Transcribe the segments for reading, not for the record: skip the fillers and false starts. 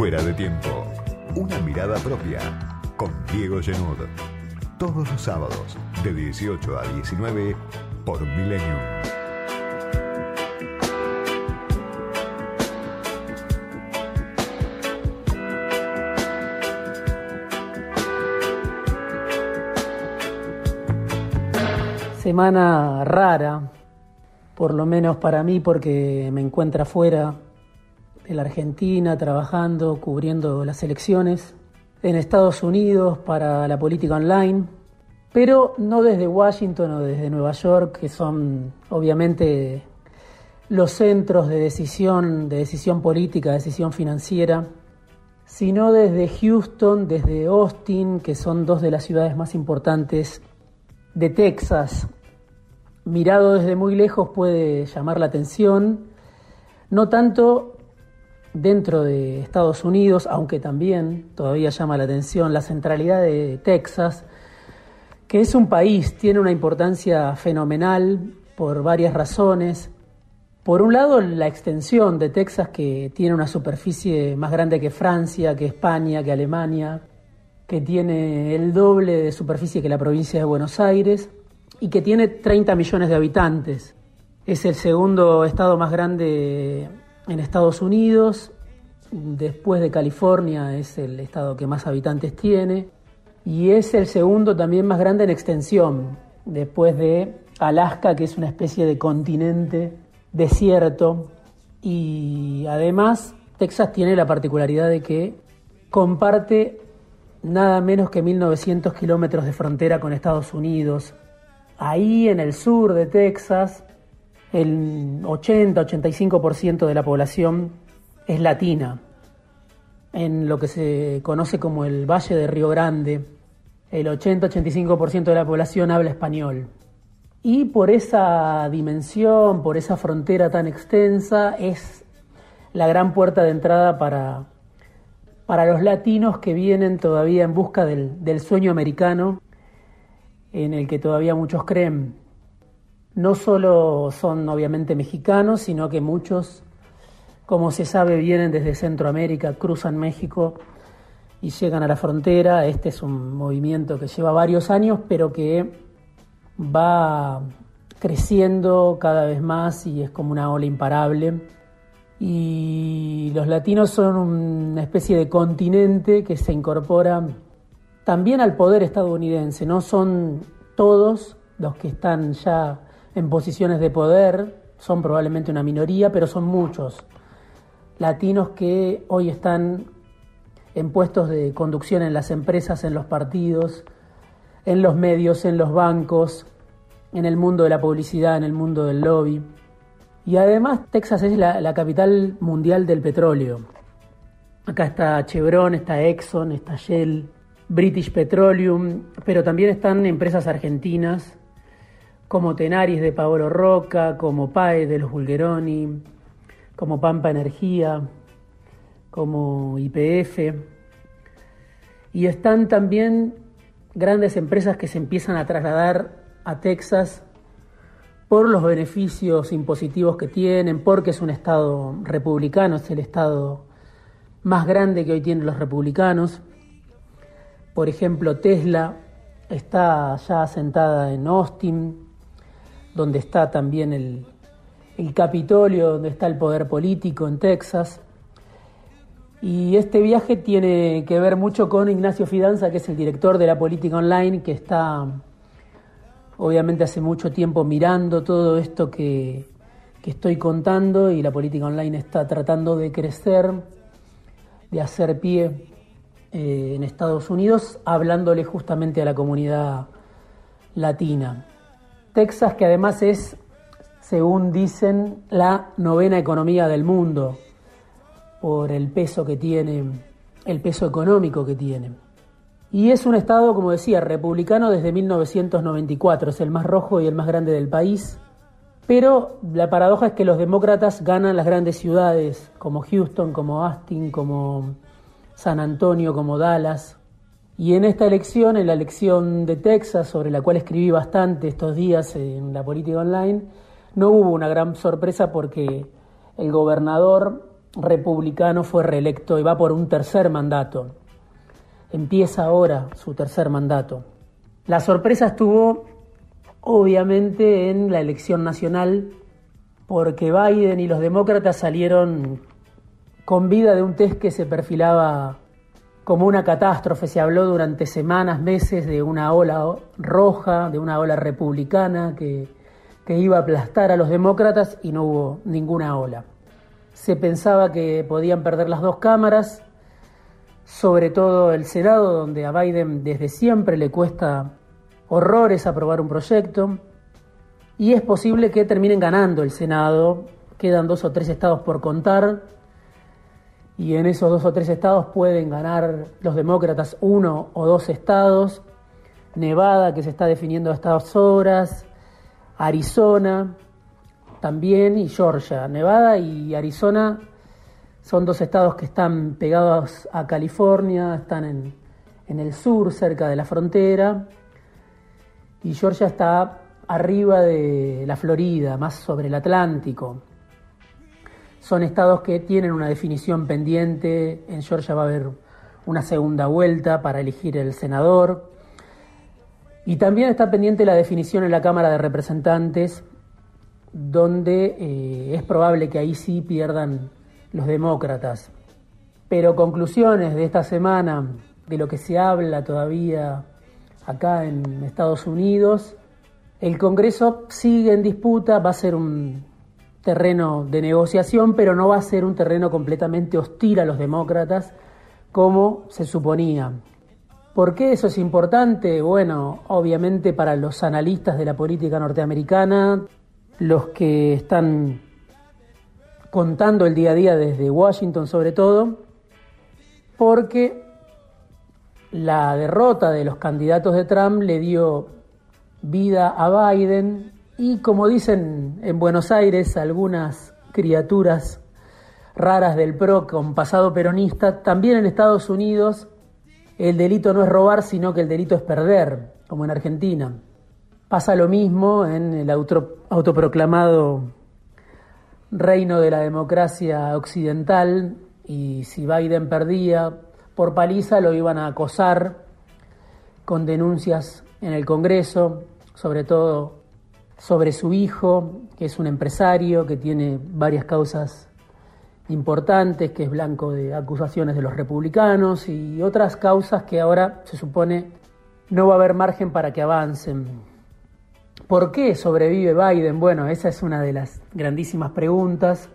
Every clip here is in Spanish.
Fuera de tiempo. Una mirada propia con Diego Genud. Todos los sábados de 18 a 19 por Millennium. Semana rara, por lo menos para mí, porque me encuentro afuera de la Argentina trabajando, cubriendo las elecciones en Estados Unidos para la política online, pero no desde Washington o desde Nueva York, que son obviamente los centros de decisión política, de decisión financiera, sino desde Houston, desde Austin, que son dos de las ciudades más importantes de Texas. Mirado desde muy lejos puede llamar la atención, no tanto dentro de Estados Unidos, aunque también todavía llama la atención la centralidad de Texas, que es un país, tiene una importancia fenomenal por varias razones. Por un lado, la extensión de Texas, que tiene una superficie más grande que Francia, que España, que Alemania, que tiene el doble de superficie que la provincia de Buenos Aires y que tiene 30 millones de habitantes. Es el segundo estado más grande en Estados Unidos, después de California es el estado que más habitantes tiene y es el segundo también más grande en extensión, después de Alaska, que es una especie de continente desierto, y además Texas tiene la particularidad de que comparte nada menos que 1.900 kilómetros de frontera con Estados Unidos. Ahí en el sur de Texas, el 80-85% de la población es latina. En lo que se conoce como el Valle de Río Grande, el 80-85% de la población habla español. Y por esa dimensión, por esa frontera tan extensa, es la gran puerta de entrada para los latinos que vienen todavía en busca del sueño americano, en el que todavía muchos creen. No solo son obviamente mexicanos, sino que muchos, como se sabe, vienen desde Centroamérica, cruzan México y llegan a la frontera. Este es un movimiento que lleva varios años, pero que va creciendo cada vez más y es como una ola imparable. Y los latinos son una especie de continente que se incorpora también al poder estadounidense. No son todos los que están ya en posiciones de poder, son probablemente una minoría, pero son muchos latinos que hoy están en puestos de conducción en las empresas, en los partidos, en los medios, en los bancos, en el mundo de la publicidad, en el mundo del lobby. Y además Texas es la capital mundial del petróleo. Acá está Chevron, está Exxon, está Shell, British Petroleum, pero también están empresas argentinas como Tenaris de Paolo Roca, como PAE de los Bulgeroni, como Pampa Energía, como YPF. Y están también grandes empresas que se empiezan a trasladar a Texas por los beneficios impositivos que tienen, porque es un estado republicano, es el estado más grande que hoy tienen los republicanos. Por ejemplo, Tesla está ya asentada en Austin, donde está también el Capitolio, donde está el poder político en Texas. Y este viaje tiene que ver mucho con Ignacio Fidanza, que es el director de la política online, que está obviamente hace mucho tiempo mirando todo esto que estoy contando, y la política online está tratando de crecer, de hacer pie en Estados Unidos, hablándole justamente a la comunidad latina. Texas, que además es, según dicen, la 9ª economía del mundo por el peso que tiene, el peso económico que tiene. Y es un estado, como decía, republicano desde 1994, es el más rojo y el más grande del país, pero la paradoja es que los demócratas ganan las grandes ciudades como Houston, como Austin, como San Antonio, como Dallas. Y en esta elección, en la elección de Texas, sobre la cual escribí bastante estos días en la política online, no hubo una gran sorpresa porque el gobernador republicano fue reelecto y va por un tercer mandato. Empieza ahora su tercer mandato. La sorpresa estuvo obviamente en la elección nacional, porque Biden y los demócratas salieron con vida de un test que se perfilaba como una catástrofe. Se habló durante semanas, meses de una ola roja, de una ola republicana que iba a aplastar a los demócratas, y no hubo ninguna ola. Se pensaba que podían perder las dos cámaras, sobre todo el Senado, donde a Biden desde siempre le cuesta horrores aprobar un proyecto, y es posible que terminen ganando el Senado. Quedan 2 o 3 estados por contar, y en esos 2 o 3 estados pueden ganar los demócratas 1 o 2 estados. Nevada, que se está definiendo a estas horas, Arizona también, y Georgia. Nevada y Arizona son 2 estados que están pegados a California, están en el sur, cerca de la frontera, y Georgia está arriba de la Florida, más sobre el Atlántico. Son estados que tienen una definición pendiente. En Georgia va a haber una segunda vuelta para elegir el senador. Y también está pendiente la definición en la Cámara de Representantes, donde es probable que ahí sí pierdan los demócratas. Pero conclusiones de esta semana, de lo que se habla todavía acá en Estados Unidos: el Congreso sigue en disputa, va a ser un terreno de negociación, pero no va a ser un terreno completamente hostil a los demócratas, como se suponía. ¿Por qué eso es importante? Bueno, obviamente para los analistas de la política norteamericana, los que están contando el día a día desde Washington sobre todo, porque la derrota de los candidatos de Trump le dio vida a Biden, y como dicen en Buenos Aires algunas criaturas raras del PRO con pasado peronista, también en Estados Unidos el delito no es robar, sino que el delito es perder, como en Argentina. Pasa lo mismo en el autoproclamado reino de la democracia occidental, y si Biden perdía por paliza lo iban a acosar con denuncias en el Congreso, sobre todo sobre su hijo, que es un empresario que tiene varias causas importantes, que es blanco de acusaciones de los republicanos, y otras causas que ahora se supone no va a haber margen para que avancen. ¿Por qué sobrevive Biden? Bueno, esa es una de las grandísimas preguntas.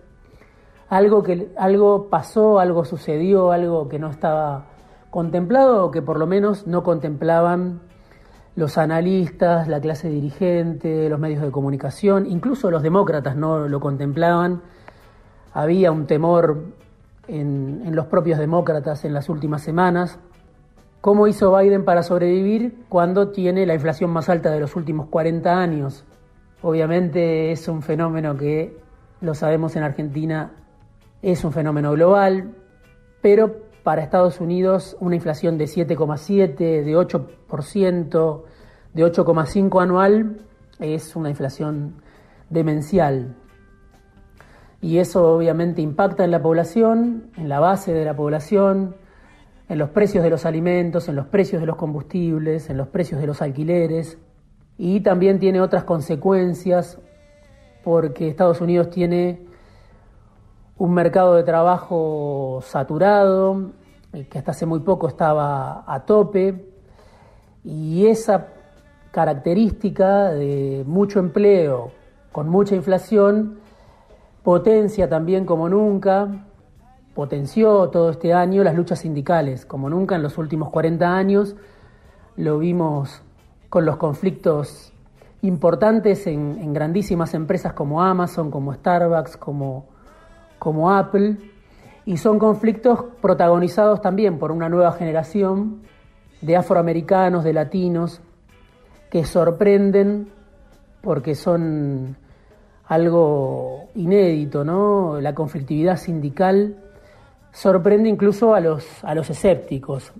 Algo pasó, algo sucedió, algo que no estaba contemplado, o que por lo menos no contemplaban los analistas, la clase dirigente, los medios de comunicación, incluso los demócratas no lo contemplaban. Había un temor en los propios demócratas en las últimas semanas. ¿Cómo hizo Biden para sobrevivir cuando tiene la inflación más alta de los últimos 40 años? Obviamente es un fenómeno que, lo sabemos en Argentina, es un fenómeno global, pero para Estados Unidos una inflación de 7,7, de 8%, de 8,5 anual, es una inflación demencial. Y eso obviamente impacta en la población, en la base de la población, en los precios de los alimentos, en los precios de los combustibles, en los precios de los alquileres, y también tiene otras consecuencias, porque Estados Unidos tiene un mercado de trabajo saturado, que hasta hace muy poco estaba a tope, y esa característica de mucho empleo con mucha inflación potencia también como nunca, potenció todo este año las luchas sindicales, como nunca en los últimos 40 años. Lo vimos con los conflictos importantes en grandísimas empresas como Amazon, como Starbucks, como Apple, y son conflictos protagonizados también por una nueva generación de afroamericanos, de latinos, que sorprenden porque son algo inédito, ¿no? La conflictividad sindical sorprende incluso a los escépticos.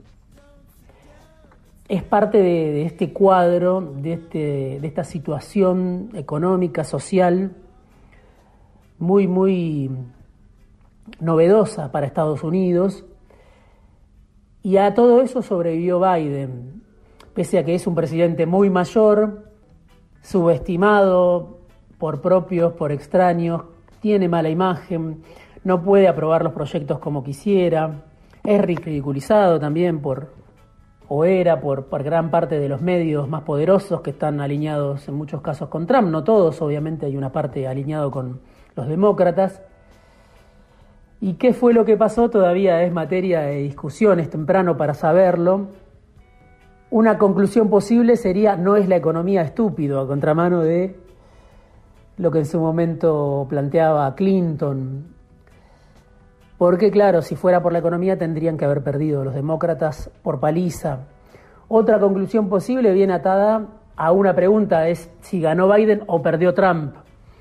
Es parte de este cuadro, de esta situación económica, social, muy, muy novedosa para Estados Unidos. Y a todo eso sobrevivió Biden, pese a que es un presidente muy mayor, subestimado por propios, por extraños, tiene mala imagen, no puede aprobar los proyectos como quisiera, es ridiculizado también por gran parte de los medios más poderosos que están alineados en muchos casos con Trump, no todos, obviamente hay una parte alineado con los demócratas. ¿Y qué fue lo que pasó? Todavía es materia de discusión, es temprano para saberlo. Una conclusión posible sería: no es la economía estúpido, a contramano de lo que en su momento planteaba Clinton. Porque claro, si fuera por la economía tendrían que haber perdido los demócratas por paliza. Otra conclusión posible viene atada a una pregunta, es si ganó Biden o perdió Trump.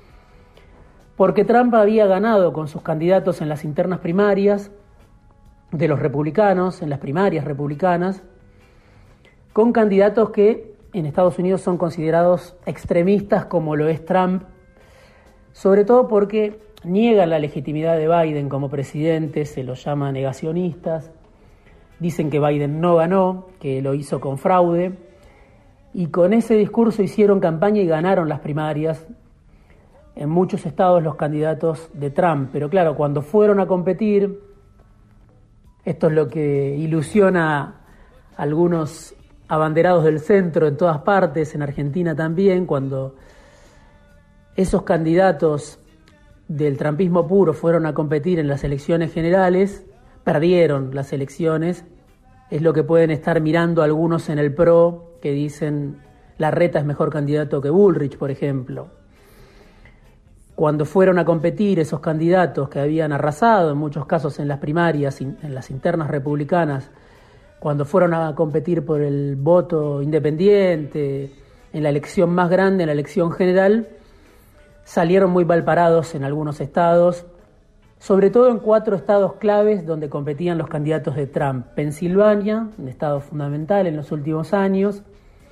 Porque Trump había ganado con sus candidatos en las internas primarias de los republicanos, en las primarias republicanas, con candidatos que en Estados Unidos son considerados extremistas como lo es Trump, sobre todo porque niegan la legitimidad de Biden como presidente, se los llama negacionistas, dicen que Biden no ganó, que lo hizo con fraude, y con ese discurso hicieron campaña y ganaron las primarias en muchos estados los candidatos de Trump. Pero claro, cuando fueron a competir, esto es lo que ilusiona a algunos abanderados del centro en todas partes, en Argentina también, cuando esos candidatos del trumpismo puro fueron a competir en las elecciones generales, perdieron las elecciones. Es lo que pueden estar mirando algunos en el PRO, que dicen Larreta es mejor candidato que Bullrich, por ejemplo. Cuando fueron a competir esos candidatos que habían arrasado, en muchos casos en las primarias, en las internas republicanas, cuando fueron a competir por el voto independiente, en la elección más grande, en la elección general, salieron muy mal parados en algunos estados, sobre todo en 4 estados claves donde competían los candidatos de Trump: Pensilvania, un estado fundamental en los últimos años,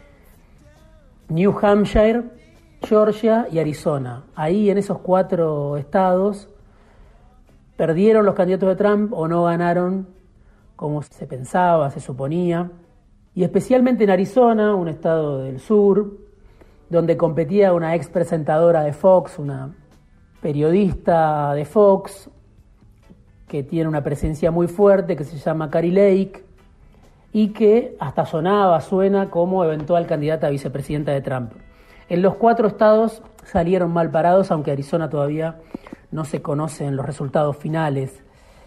New Hampshire, Georgia y Arizona. Ahí en esos 4 estados perdieron los candidatos de Trump o no ganaron como se pensaba, se suponía, y especialmente en Arizona, un estado del sur, donde competía una ex presentadora de Fox, una periodista de Fox, que tiene una presencia muy fuerte, que se llama Kari Lake, y que hasta suena como eventual candidata a vicepresidenta de Trump. En los 4 estados salieron mal parados, aunque Arizona todavía no se conocen los resultados finales.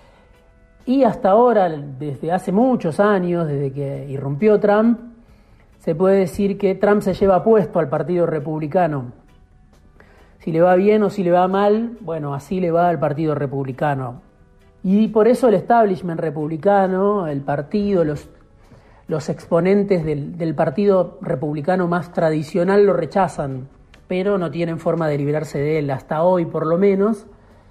Y hasta ahora, desde hace muchos años, desde que irrumpió Trump, se puede decir que Trump se lleva puesto al Partido Republicano. Si le va bien o si le va mal, bueno, así le va al Partido Republicano. Y por eso el establishment republicano, el partido, los exponentes del Partido Republicano más tradicional lo rechazan, pero no tienen forma de librarse de él, hasta hoy por lo menos.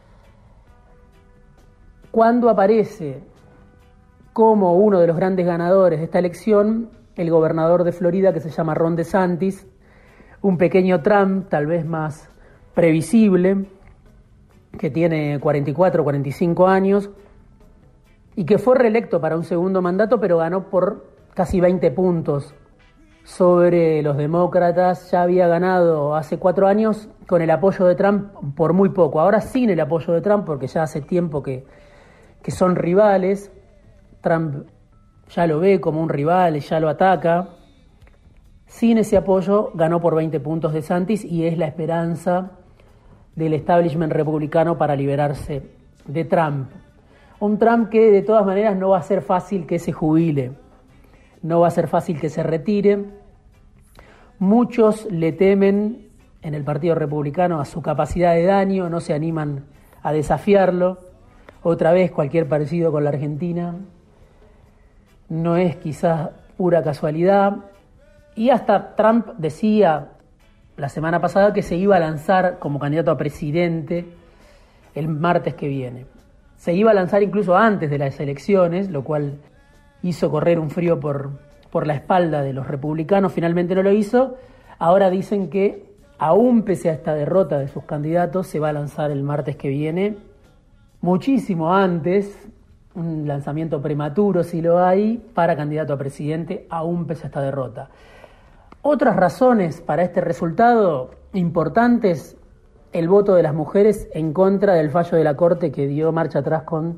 Cuando aparece como uno de los grandes ganadores de esta elección el gobernador de Florida, que se llama Ron DeSantis, un pequeño Trump tal vez más previsible, que tiene 44 o 45 años y que fue reelecto para un segundo mandato, pero ganó por casi 20 puntos sobre los demócratas. Ya había ganado hace 4 años con el apoyo de Trump por muy poco, ahora sin el apoyo de Trump, porque ya hace tiempo que son rivales. Trump ya lo ve como un rival y ya lo ataca. Sin ese apoyo ganó por 20 puntos DeSantis y es la esperanza del establishment republicano para liberarse de Trump. Un Trump que de todas maneras no va a ser fácil que se jubile, no va a ser fácil que se retire. Muchos le temen en el Partido Republicano a su capacidad de daño, no se animan a desafiarlo. Otra vez cualquier parecido con la Argentina no es quizás pura casualidad. Y hasta Trump decía la semana pasada que se iba a lanzar como candidato a presidente el martes que viene. Se iba a lanzar incluso antes de las elecciones, lo cual hizo correr un frío por la espalda de los republicanos. Finalmente no lo hizo. Ahora dicen que, aún pese a esta derrota de sus candidatos, se va a lanzar el martes que viene muchísimo antes, un lanzamiento prematuro si lo hay, para candidato a presidente, aún pese a esta derrota. Otras razones para este resultado importantes: el voto de las mujeres en contra del fallo de la Corte que dio marcha atrás con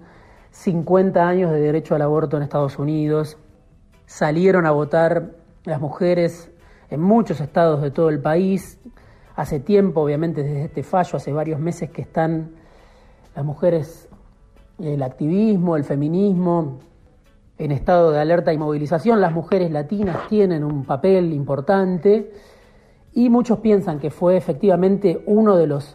50 años de derecho al aborto en Estados Unidos. Salieron a votar las mujeres en muchos estados de todo el país. Hace tiempo, obviamente, desde este fallo, hace varios meses que están las mujeres, el activismo, el feminismo, en estado de alerta y movilización. Las mujeres latinas tienen un papel importante y muchos piensan que fue efectivamente uno de los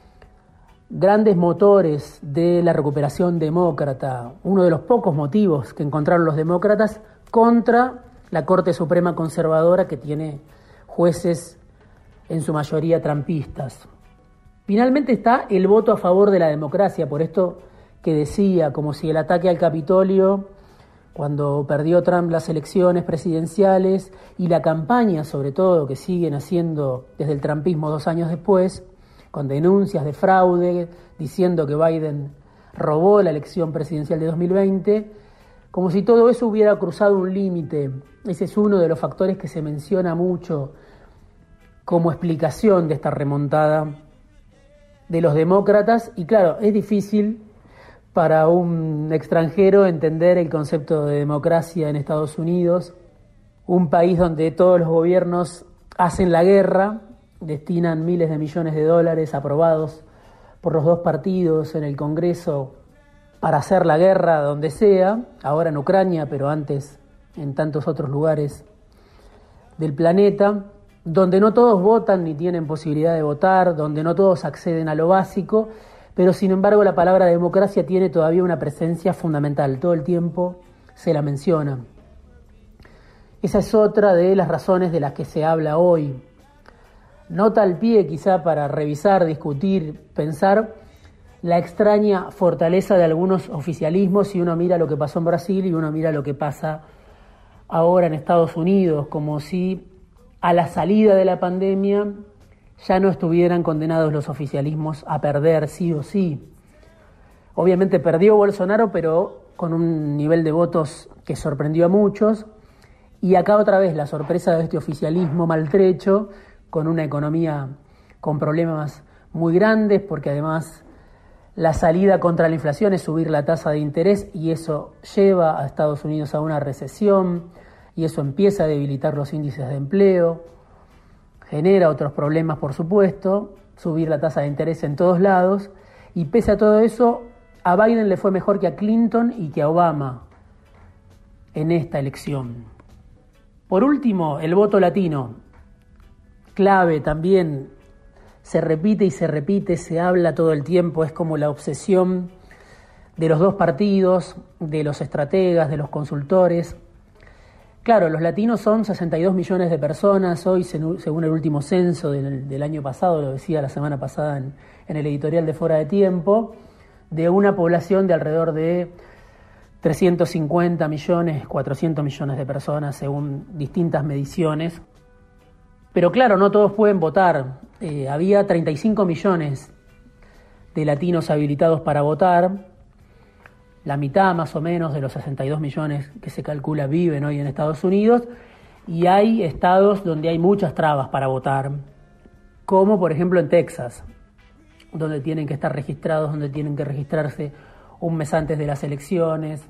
grandes motores de la recuperación demócrata, uno de los pocos motivos que encontraron los demócratas contra la Corte Suprema conservadora, que tiene jueces en su mayoría trampistas. Finalmente está el voto a favor de la democracia, por esto que decía, como si el ataque al Capitolio, cuando perdió Trump las elecciones presidenciales, y la campaña, sobre todo, que siguen haciendo desde el trumpismo 2 años después, con denuncias de fraude, diciendo que Biden robó la elección presidencial de 2020, como si todo eso hubiera cruzado un límite. Ese es uno de los factores que se menciona mucho como explicación de esta remontada de los demócratas. Y claro, es difícil para un extranjero entender el concepto de democracia en Estados Unidos, un país donde todos los gobiernos hacen la guerra, destinan miles de millones de dólares aprobados por los 2 partidos en el Congreso para hacer la guerra donde sea, ahora en Ucrania, pero antes en tantos otros lugares del planeta, donde no todos votan ni tienen posibilidad de votar, donde no todos acceden a lo básico, pero sin embargo la palabra democracia tiene todavía una presencia fundamental, todo el tiempo se la menciona. Esa es otra de las razones de las que se habla hoy. Nota al pie quizá para revisar, discutir, pensar la extraña fortaleza de algunos oficialismos si uno mira lo que pasó en Brasil y uno mira lo que pasa ahora en Estados Unidos, como si a la salida de la pandemia ya no estuvieran condenados los oficialismos a perder sí o sí. Obviamente perdió Bolsonaro, pero con un nivel de votos que sorprendió a muchos. Y acá otra vez la sorpresa de este oficialismo maltrecho, con una economía con problemas muy grandes, porque además la salida contra la inflación es subir la tasa de interés, y eso lleva a Estados Unidos a una recesión, y eso empieza a debilitar los índices de empleo, genera otros problemas, por supuesto, subir la tasa de interés en todos lados, y pese a todo eso, a Biden le fue mejor que a Clinton y que a Obama en esta elección. Por último, el voto latino, clave también, se repite y se repite, se habla todo el tiempo, es como la obsesión de los 2 partidos, de los estrategas, de los consultores. Claro, los latinos son 62 millones de personas hoy, según el último censo del año pasado, lo decía la semana pasada en el editorial de Fuera de Tiempo, de una población de alrededor de 350 millones, 400 millones de personas, según distintas mediciones. Pero claro, no todos pueden votar. Había 35 millones de latinos habilitados para votar. La mitad más o menos de los 62 millones que se calcula viven hoy en Estados Unidos. Y hay estados donde hay muchas trabas para votar, como por ejemplo en Texas, donde tienen que estar registrados, donde tienen que registrarse un mes antes de las elecciones.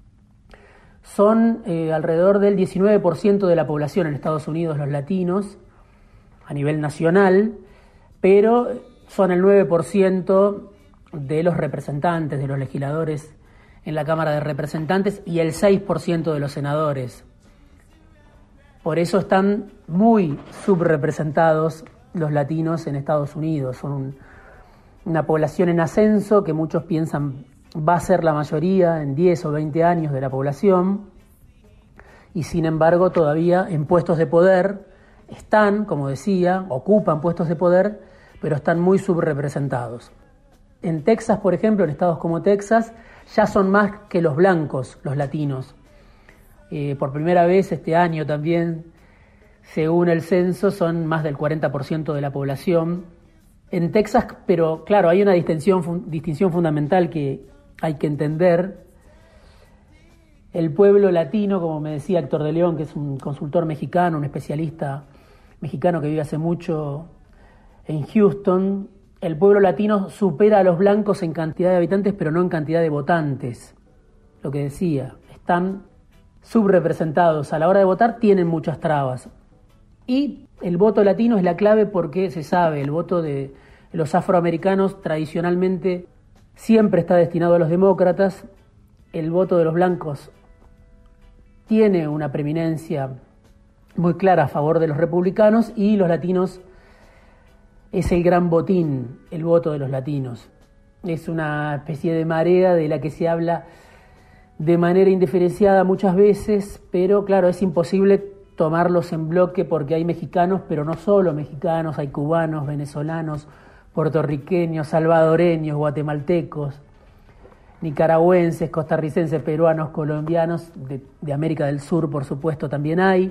Son alrededor del 19% de la población en Estados Unidos los latinos, a nivel nacional, pero son el 9% de los representantes, de los legisladores en la Cámara de Representantes, y el 6% de los senadores. Por eso están muy subrepresentados los latinos en Estados Unidos. Son una población en ascenso que muchos piensan va a ser la mayoría en 10 o 20 años de la población, y sin embargo todavía en puestos de poder están, como decía, ocupan puestos de poder, pero están muy subrepresentados. En Texas, por ejemplo, en estados como Texas, ya son más que los blancos, los latinos. Por primera vez este año también, según el censo, son más del 40% de la población En Texas, pero claro, hay una distinción fundamental que hay que entender. El pueblo latino, como me decía Héctor de León, que es un consultor mexicano, un especialista mexicano que vive hace mucho en Houston, el pueblo latino supera a los blancos en cantidad de habitantes, pero no en cantidad de votantes. Lo que decía, están subrepresentados. A la hora de votar tienen muchas trabas. Y el voto latino es la clave porque se sabe, el voto de los afroamericanos tradicionalmente siempre está destinado a los demócratas. El voto de los blancos tiene una preeminencia muy clara a favor de los republicanos, y los latinos es el gran botín, el voto de los latinos. Es una especie de marea de la que se habla de manera indiferenciada muchas veces, pero claro, es imposible tomarlos en bloque porque hay mexicanos, pero no solo mexicanos, hay cubanos, venezolanos, puertorriqueños, salvadoreños, guatemaltecos, nicaragüenses, costarricenses, peruanos, colombianos, de América del Sur, por supuesto, también hay.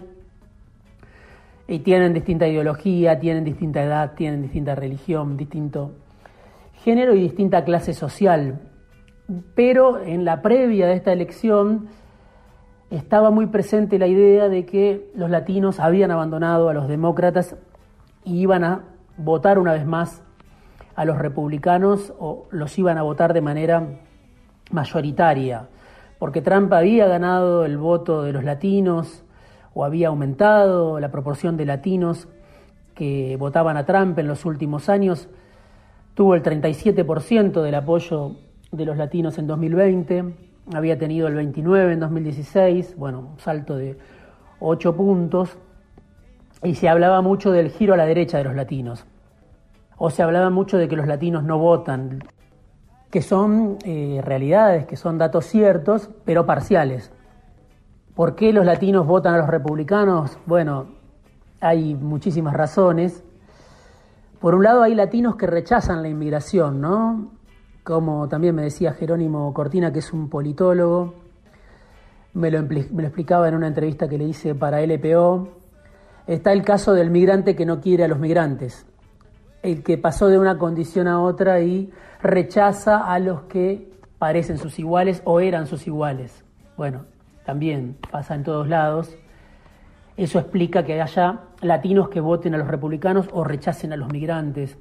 Y tienen distinta ideología, tienen distinta edad, tienen distinta religión, distinto género y distinta clase social. Pero en la previa de esta elección estaba muy presente la idea de que los latinos habían abandonado a los demócratas y iban a votar una vez más a los republicanos, o los iban a votar de manera mayoritaria, porque Trump había ganado el voto de los latinos, o había aumentado la proporción de latinos que votaban a Trump en los últimos años. Tuvo el 37% del apoyo de los latinos en 2020, había tenido el 29% en 2016, bueno, un salto de 8 puntos, y se hablaba mucho del giro a la derecha de los latinos, o se hablaba mucho de que los latinos no votan, que son realidades, que son datos ciertos, pero parciales. ¿Por qué los latinos votan a los republicanos? Bueno, hay muchísimas razones. Por un lado, hay latinos que rechazan la inmigración, ¿no? Como también me decía Jerónimo Cortina, que es un politólogo, me lo explicaba en una entrevista que le hice para LPO. Está el caso del migrante que no quiere a los migrantes, el que pasó de una condición a otra y rechaza a los que parecen sus iguales o eran sus iguales. Bueno, también pasa en todos lados. Eso explica que haya latinos que voten a los republicanos o rechacen a los migrantes.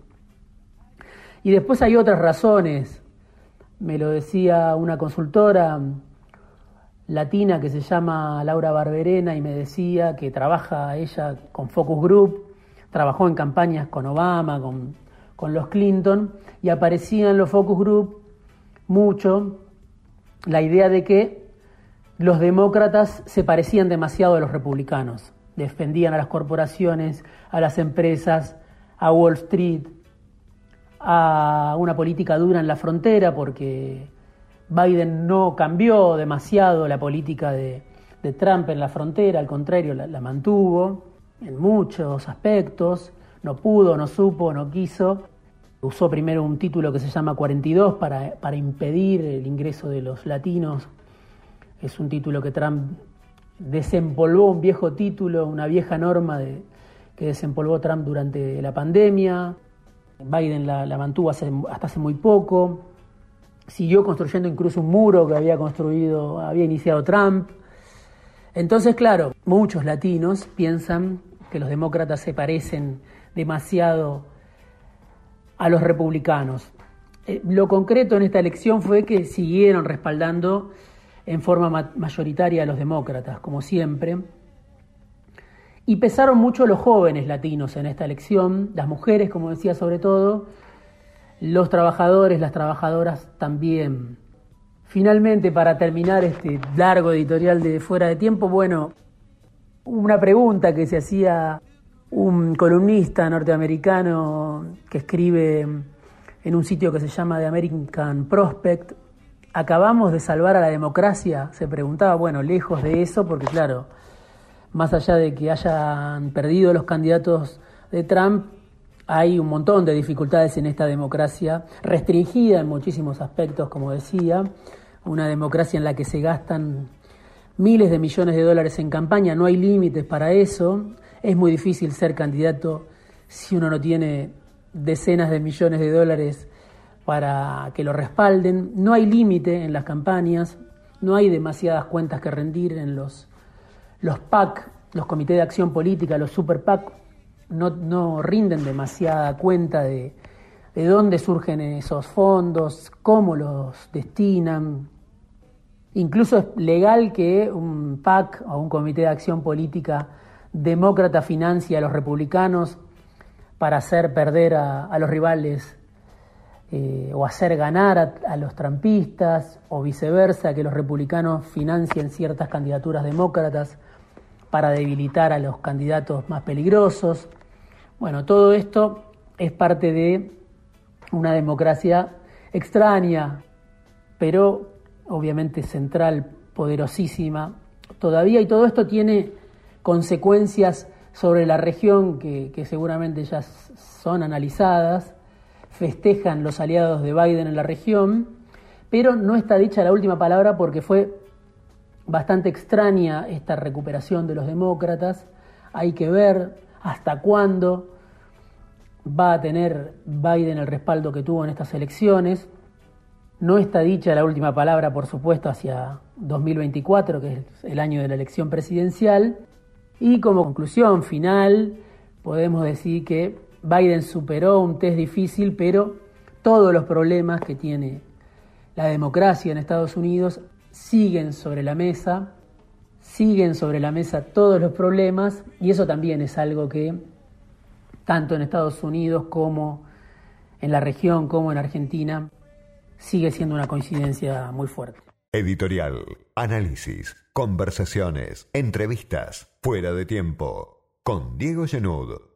Y después hay otras razones. Me lo decía una consultora latina que se llama Laura Barberena, y me decía que trabaja ella con Focus Group, trabajó en campañas con Obama, con los Clinton, y aparecía en los Focus Group mucho la idea de que los demócratas se parecían demasiado a los republicanos, defendían a las corporaciones, a las empresas, a Wall Street, a una política dura en la frontera, porque Biden no cambió demasiado la política de Trump en la frontera, al contrario, la mantuvo en muchos aspectos, no pudo, no supo, no quiso. Usó primero un título que se llama 42 para impedir el ingreso de los latinos. Es un título que Trump desempolvó, un viejo título, una vieja norma que desempolvó Trump durante la pandemia. Biden la mantuvo hasta hace muy poco. Siguió construyendo incluso un muro que había iniciado Trump. Entonces, claro, muchos latinos piensan que los demócratas se parecen demasiado a los republicanos. Lo concreto en esta elección fue que siguieron respaldando en forma mayoritaria a los demócratas, como siempre. Y pesaron mucho los jóvenes latinos en esta elección, las mujeres, como decía, sobre todo, los trabajadores, las trabajadoras también. Finalmente, para terminar este largo editorial de Fuera de Tiempo, bueno, una pregunta que se hacía un columnista norteamericano que escribe en un sitio que se llama The American Prospect. ¿Acabamos de salvar a la democracia?, se preguntaba. Bueno, lejos de eso, porque claro, más allá de que hayan perdido los candidatos de Trump, hay un montón de dificultades en esta democracia, restringida en muchísimos aspectos, como decía, una democracia en la que se gastan miles de millones de dólares en campaña, no hay límites para eso, es muy difícil ser candidato si uno no tiene decenas de millones de dólares para que lo respalden. No hay límite en las campañas, no hay demasiadas cuentas que rendir en los PAC, los comités de acción política, los super PAC, no rinden demasiada cuenta de dónde surgen esos fondos, cómo los destinan. Incluso es legal que un PAC o un comité de acción política demócrata financie a los republicanos para hacer perder a los rivales o hacer ganar a los trampistas, o viceversa, que los republicanos financien ciertas candidaturas demócratas para debilitar a los candidatos más peligrosos. Bueno, todo esto es parte de una democracia extraña, pero obviamente central, poderosísima todavía, y todo esto tiene consecuencias sobre la región que seguramente ya son analizadas. Festejan los aliados de Biden en la región, pero no está dicha la última palabra porque fue bastante extraña esta recuperación de los demócratas. Hay que ver hasta cuándo va a tener Biden el respaldo que tuvo en estas elecciones. No está dicha la última palabra, por supuesto, hacia 2024, que es el año de la elección presidencial. Y como conclusión final, podemos decir que Biden superó un test difícil, pero todos los problemas que tiene la democracia en Estados Unidos siguen sobre la mesa todos los problemas, y eso también es algo que tanto en Estados Unidos como en la región, como en Argentina, sigue siendo una coincidencia muy fuerte. Editorial, análisis, conversaciones, entrevistas, fuera de tiempo, con Diego Genud.